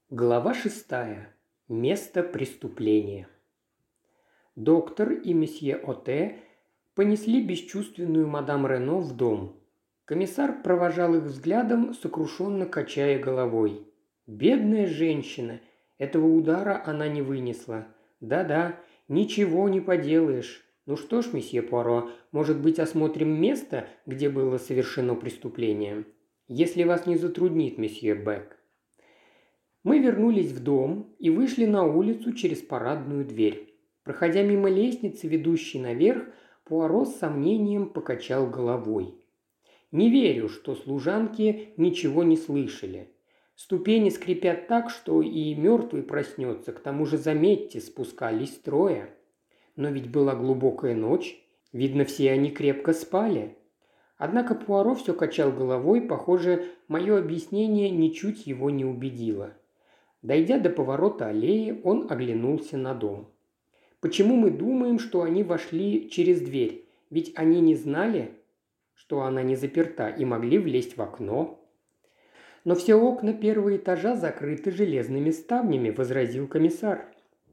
Глава 6. Место преступления. Доктор и месье Оте понесли бесчувственную мадам Рено в дом. Комиссар провожал их взглядом, сокрушенно качая головой. Бедная женщина! Этого удара она не вынесла. Да-да, ничего не поделаешь. Ну что ж, месье Пуаро, может быть, осмотрим место, где было совершено преступление? Если вас не затруднит, месье Бек. Мы вернулись в дом и вышли на улицу через парадную дверь. Проходя мимо лестницы, ведущей наверх, Пуаро с сомнением покачал головой. «Не верю, что служанки ничего не слышали. Ступени скрипят так, что и мертвый проснется, к тому же, заметьте, спускались трое. Но ведь была глубокая ночь, видно, все они крепко спали». Однако Пуаро все качал головой, похоже, мое объяснение ничуть его не убедило. Дойдя до поворота аллеи, он оглянулся на дом. «Почему мы думаем, что они вошли через дверь? Ведь они не знали, что она не заперта, и могли влезть в окно». «Но все окна первого этажа закрыты железными ставнями», – возразил комиссар.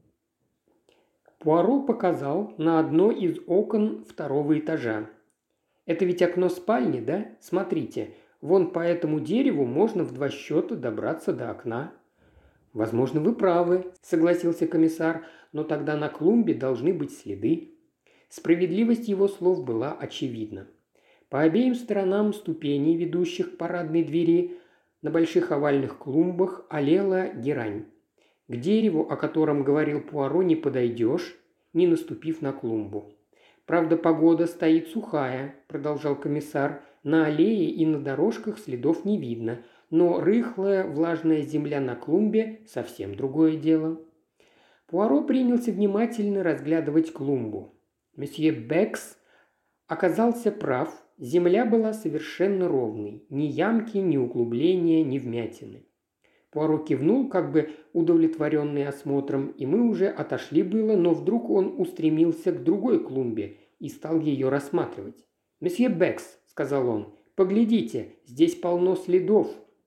Пуаро показал на одно из окон второго этажа. «Это ведь окно спальни, да? Смотрите, вон по этому дереву можно в 2 счета добраться до окна». «Возможно, вы правы», – согласился комиссар, – «но тогда на клумбе должны быть следы». Справедливость его слов была очевидна. По обеим сторонам ступеней, ведущих к парадной двери, на больших овальных клумбах олела герань. К дереву, о котором говорил Пуаро, не подойдешь, не наступив на клумбу. «Правда, погода стоит сухая», – продолжал комиссар, – «на аллее и на дорожках следов не видно, но рыхлая влажная земля на клумбе – совсем другое дело». Пуаро принялся внимательно разглядывать клумбу. Месье Бекс оказался прав, земля была совершенно ровной, ни ямки, ни углубления, ни вмятины. Пуаро кивнул, как бы удовлетворенный осмотром, и мы уже отошли было, но вдруг он устремился к другой клумбе и стал ее рассматривать. «Месье Бекс», – сказал он, – «поглядите, здесь полно следов».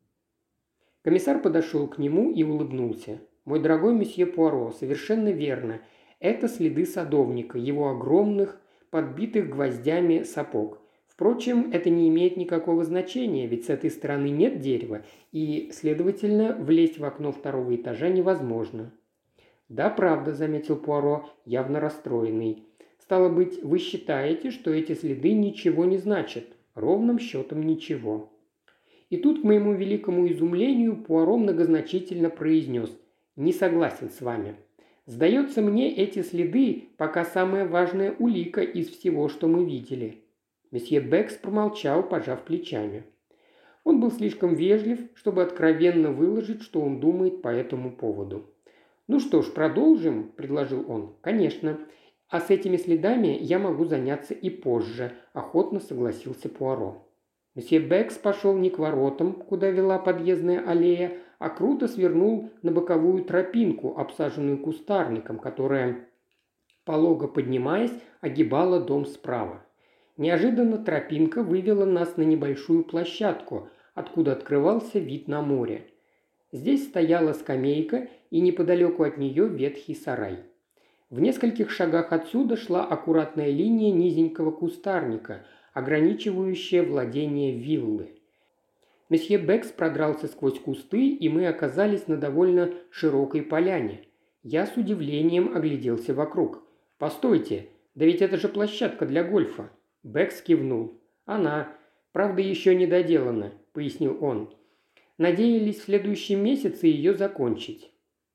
Комиссар подошел к нему и улыбнулся. «Мой дорогой месье Пуаро, совершенно верно. Это следы садовника, его огромных, подбитых гвоздями сапог. Впрочем, это не имеет никакого значения, ведь с этой стороны нет дерева, и, следовательно, влезть в окно второго этажа невозможно». «Да, правда», – заметил Пуаро, явно расстроенный. «Стало быть, вы считаете, что эти следы ничего не значат? Ровным счетом ничего». И тут, к моему великому изумлению, Пуаро многозначительно произнес: «Не согласен с вами. Сдается мне, эти следы пока самая важная улика из всего, что мы видели». Месье Бекс промолчал, пожав плечами. Он был слишком вежлив, чтобы откровенно выложить, что он думает по этому поводу. «Ну что ж, продолжим», – предложил он. «Конечно. А с этими следами я могу заняться и позже», – охотно согласился Пуаро. Месье Бекс пошел не к воротам, куда вела подъездная аллея, а круто свернул на боковую тропинку, обсаженную кустарником, которая, полого поднимаясь, огибала дом справа. Неожиданно тропинка вывела нас на небольшую площадку, откуда открывался вид на море. Здесь стояла скамейка и неподалеку от нее ветхий сарай. В нескольких шагах отсюда шла аккуратная линия низенького кустарника, ограничивающая владение виллы. Месье Бекс продрался сквозь кусты, и мы оказались на довольно широкой поляне. Я с удивлением огляделся вокруг. «Постойте, да ведь это же площадка для гольфа!» Бекс кивнул. «Она, правда, еще не доделана», – пояснил он. «Надеялись в следующем месяце ее закончить».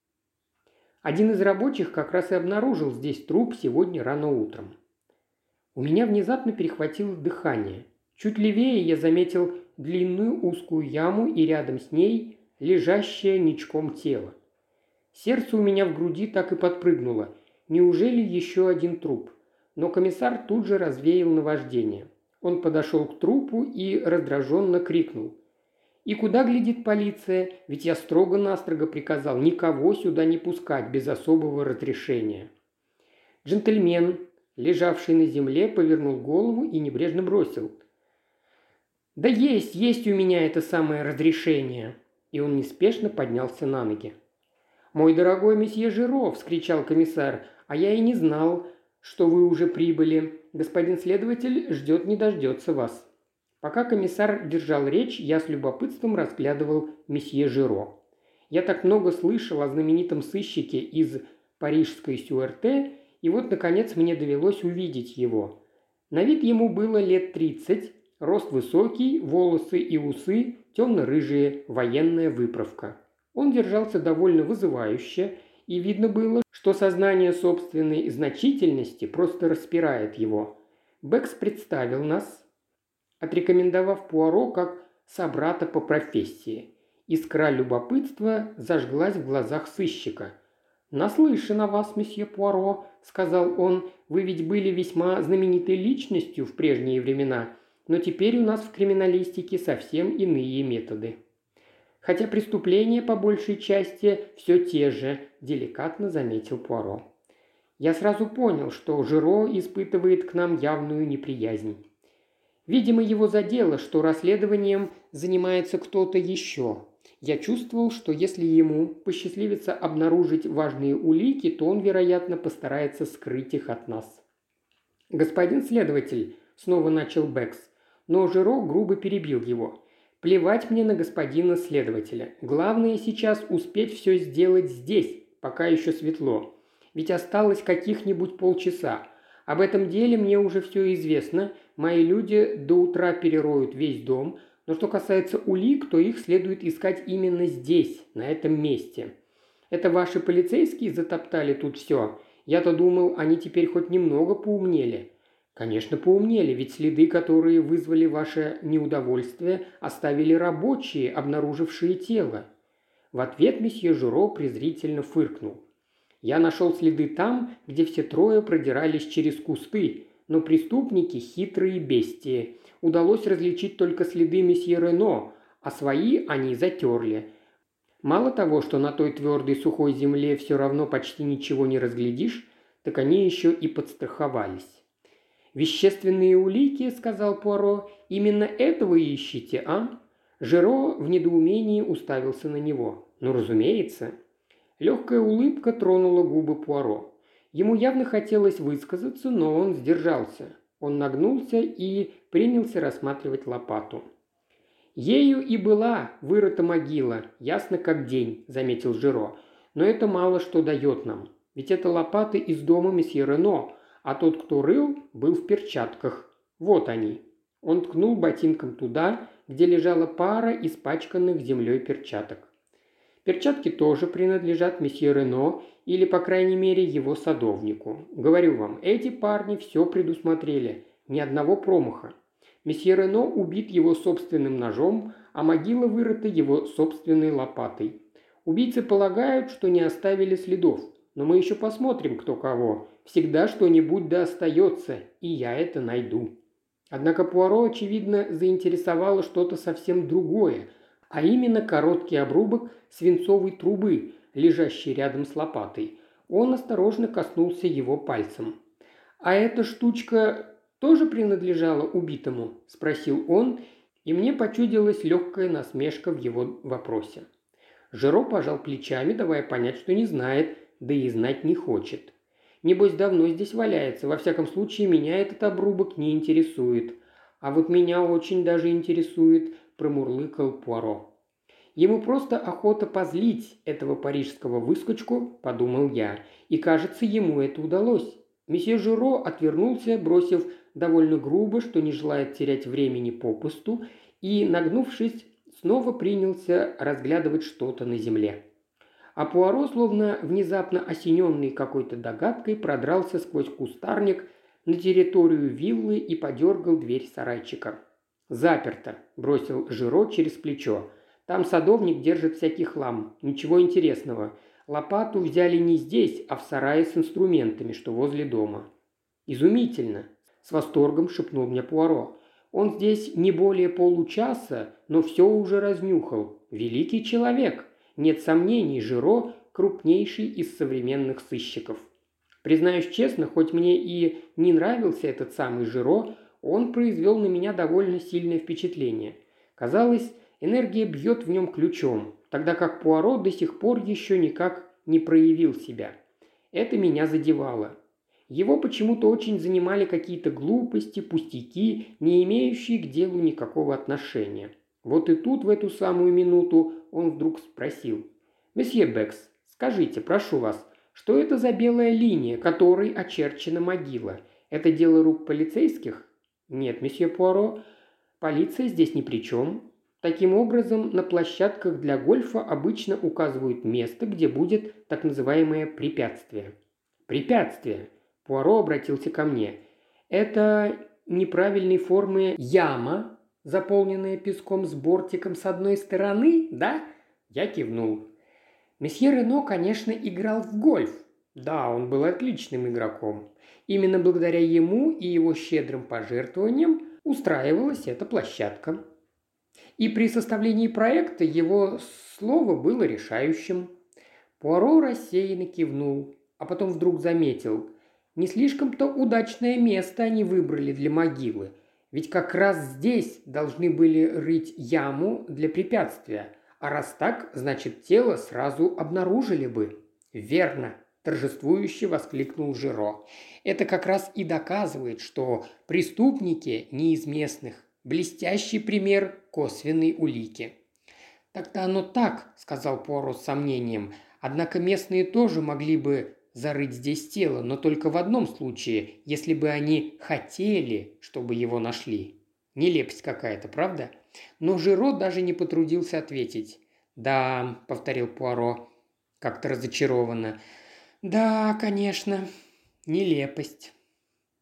Один из рабочих как раз и обнаружил здесь труп сегодня рано утром. У меня внезапно перехватило дыхание. Чуть левее я заметил длинную узкую яму и рядом с ней лежащее ничком тело. Сердце у меня в груди так и подпрыгнуло. Неужели еще один труп? Но комиссар тут же развеял наваждение. Он подошел к трупу и раздраженно крикнул: «И куда глядит полиция? Ведь я строго-настрого приказал никого сюда не пускать без особого разрешения». Джентльмен, лежавший на земле, повернул голову и небрежно бросил: «Да есть у меня это самое разрешение». И он неспешно поднялся на ноги. «Мой дорогой месье Жиро!» – вскричал комиссар. «А я и не знал, что вы уже прибыли. Господин следователь ждет не дождется вас». Пока комиссар держал речь, я с любопытством разглядывал месье Жиро. Я так много слышал о знаменитом сыщике из парижской Сюэрте, и вот, наконец, мне довелось увидеть его. На вид ему было лет 30, рост высокий, волосы и усы темно-рыжие, военная выправка. Он держался довольно вызывающе, и видно было, что сознание собственной значительности просто распирает его. Бэкс представил нас, отрекомендовав Пуаро как собрата по профессии. Искра любопытства зажглась в глазах сыщика. «Наслышан о вас, месье Пуаро», — сказал он, — «вы ведь были весьма знаменитой личностью в прежние времена, но теперь у нас в криминалистике совсем иные методы». «Хотя преступления по большей части все те же», – деликатно заметил Пуаро. Я сразу понял, что Жиро испытывает к нам явную неприязнь. Видимо, его задело, что расследованием занимается кто-то еще. Я чувствовал, что если ему посчастливится обнаружить важные улики, то он, вероятно, постарается скрыть их от нас. «Господин следователь», – снова начал Бэкс, но Жиро грубо перебил его. «Плевать мне на господина следователя. Главное сейчас успеть все сделать здесь, пока еще светло. Ведь осталось каких-нибудь полчаса. Об этом деле мне уже все известно. Мои люди до утра перероют весь дом. Но что касается улик, то их следует искать именно здесь, на этом месте. Это ваши полицейские затоптали тут все? Я-то думал, они теперь хоть немного поумнели». «Конечно, поумнели, ведь следы, которые вызвали ваше неудовольствие, оставили рабочие, обнаружившие тело». В ответ месье Жиро презрительно фыркнул. «Я нашел следы там, где все трое продирались через кусты, но преступники – хитрые бестии. Удалось различить только следы месье Рено, а свои они затерли. Мало того, что на той твердой сухой земле все равно почти ничего не разглядишь, так они еще и подстраховались». «Вещественные улики», – сказал Пуаро, – «именно этого ищете, а?» Жиро в недоумении уставился на него. «Ну, разумеется». Легкая улыбка тронула губы Пуаро. Ему явно хотелось высказаться, но он сдержался. Он нагнулся и принялся рассматривать лопату. «Ею и была вырыта могила, ясно как день», – заметил Жиро. «Но это мало что дает нам. Ведь это лопаты из дома месье Рено, а тот, кто рыл, был в перчатках. Вот они». Он ткнул ботинком туда, где лежала пара испачканных землей перчаток. Перчатки тоже принадлежат месье Рено, или, по крайней мере, его садовнику. Говорю вам, эти парни все предусмотрели, ни одного промаха. Месье Рено убит его собственным ножом, а могила вырыта его собственной лопатой. Убийцы полагают, что не оставили следов, но мы еще посмотрим, кто кого. Всегда что-нибудь да остается, и я это найду». Однако Пуаро, очевидно, заинтересовало что-то совсем другое, а именно короткий обрубок свинцовой трубы, лежащей рядом с лопатой. Он осторожно коснулся его пальцем. «А эта штучка тоже принадлежала убитому?» – спросил он, и мне почудилась легкая насмешка в его вопросе. Жиро пожал плечами, давая понять, что не знает, да и знать не хочет. «Небось, давно здесь валяется. Во всяком случае, меня этот обрубок не интересует». «А вот меня очень даже интересует», – промурлыкал Пуаро. «Ему просто охота позлить этого парижского выскочку», – подумал я, и, кажется, ему это удалось. Месье Жиро отвернулся, бросив довольно грубо, что не желает терять времени попусту, и, нагнувшись, снова принялся разглядывать что-то на земле. А Пуаро, словно внезапно осененный какой-то догадкой, продрался сквозь кустарник на территорию виллы и подергал дверь сарайчика. «Заперто», – бросил Жиро через плечо. «Там садовник держит всякий хлам. Ничего интересного. Лопату взяли не здесь, а в сарае с инструментами, что возле дома». «Изумительно», – с восторгом шепнул мне Пуаро. «Он здесь не более получаса, но все уже разнюхал. Великий человек. Нет сомнений, Жиро – крупнейший из современных сыщиков». Признаюсь честно, хоть мне и не нравился этот самый Жиро, он произвел на меня довольно сильное впечатление. Казалось, энергия бьет в нем ключом, тогда как Пуаро до сих пор еще никак не проявил себя. Это меня задевало. Его почему-то очень занимали какие-то глупости, пустяки, не имеющие к делу никакого отношения. Вот и тут, в эту самую минуту, он вдруг спросил: «Месье Бекс, скажите, прошу вас, что это за белая линия, которой очерчена могила? Это дело рук полицейских?» «Нет, месье Пуаро, полиция здесь ни при чем. Таким образом, на площадках для гольфа обычно указывают место, где будет так называемое препятствие». «Препятствие?» Пуаро обратился ко мне. «Это неправильной формы яма, заполненная песком с бортиком с одной стороны, да?» Я кивнул. Месье Рено, конечно, играл в гольф. Да, он был отличным игроком. Именно благодаря ему и его щедрым пожертвованиям устраивалась эта площадка. И при составлении проекта его слово было решающим. Пуаро рассеянно кивнул, а потом вдруг заметил: не слишком-то удачное место они выбрали для могилы, ведь как раз здесь должны были рыть яму для препятствия, а раз так, значит, тело сразу обнаружили бы. «Верно!» – торжествующе воскликнул Жиро. «Это как раз и доказывает, что преступники не из местных. Блестящий пример косвенной улики». «Так-то оно так», – сказал Пуаро с сомнением. «Однако местные тоже могли бы зарыть здесь тело, но только в одном случае, если бы они хотели, чтобы его нашли». Нелепость какая-то, правда? Но Жиро даже не потрудился ответить. «Да», – повторил Пуаро, как-то разочарованно. «Да, конечно, нелепость».